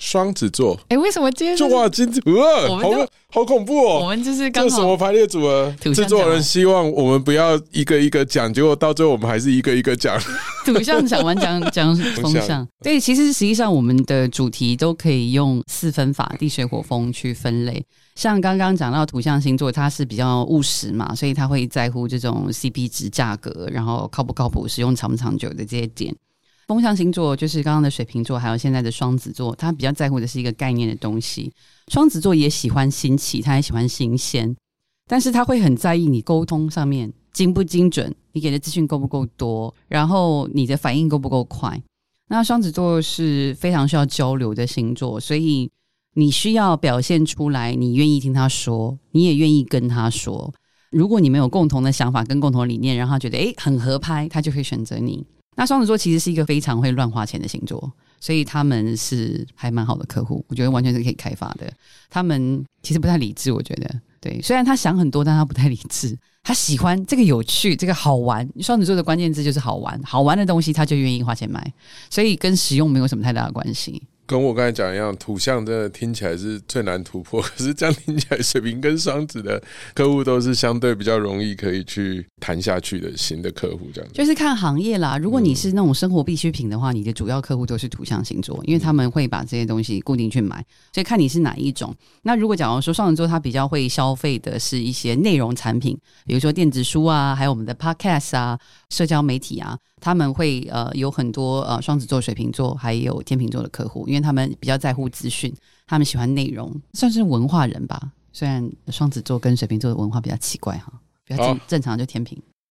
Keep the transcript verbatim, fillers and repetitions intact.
双子座， 哎、欸，为什么今天就哇金土二，好好恐怖哦！ 我们就是刚好这什么排列组合？制作人希望我们不要一个一个讲，结果到最后我们还是一个一个讲。 土象讲完讲讲风象，对，其实实际上我们的主题都可以用四分法地水火风去分类。像刚刚讲到土象星座，它是比较务实嘛，所以它会在乎这种 C P 值、价格，然后靠不靠谱、使用长不长久的这些点。风象星座就是刚刚的水瓶座还有现在的双子座，他比较在乎的是一个概念的东西。双子座也喜欢新奇，他也喜欢新鲜，但是他会很在意你沟通上面精不精准，你给的资讯够不够多，然后你的反应够不够快。那双子座是非常需要交流的星座，所以你需要表现出来你愿意听他说，你也愿意跟他说。如果你们有共同的想法跟共同的理念，让他觉得诶很合拍，他就会选择你。那双子座其实是一个非常会乱花钱的星座，所以他们是还蛮好的客户，我觉得完全是可以开发的。他们其实不太理智，我觉得对，虽然他想很多，但他不太理智。他喜欢这个有趣，这个好玩。双子座的关键字就是好玩，好玩的东西他就愿意花钱买，所以跟实用没有什么太大的关系。 跟我刚才讲一样，土象真的听起来是最难突破，可是这样听起来水瓶跟双子的客户都是相对比较容易可以去谈下去的新的客户，这样就是看行业啦。如果你是那种生活必需品的话，你的主要客户都是土象星座，因为他们会把这些东西固定去买，所以看你是哪一种。那如果假如说双子座他比较会消费的是一些内容产品，比如说电子书啊，还有我们的 podcast 啊，社交媒体啊，他们会呃有很多呃双子座、水瓶座还有天秤座的客户，因为他们比较在乎资讯，他们喜欢内容，算是文化人吧。虽然双子座跟水瓶座的文化比较奇怪哈，比较正正常就天秤。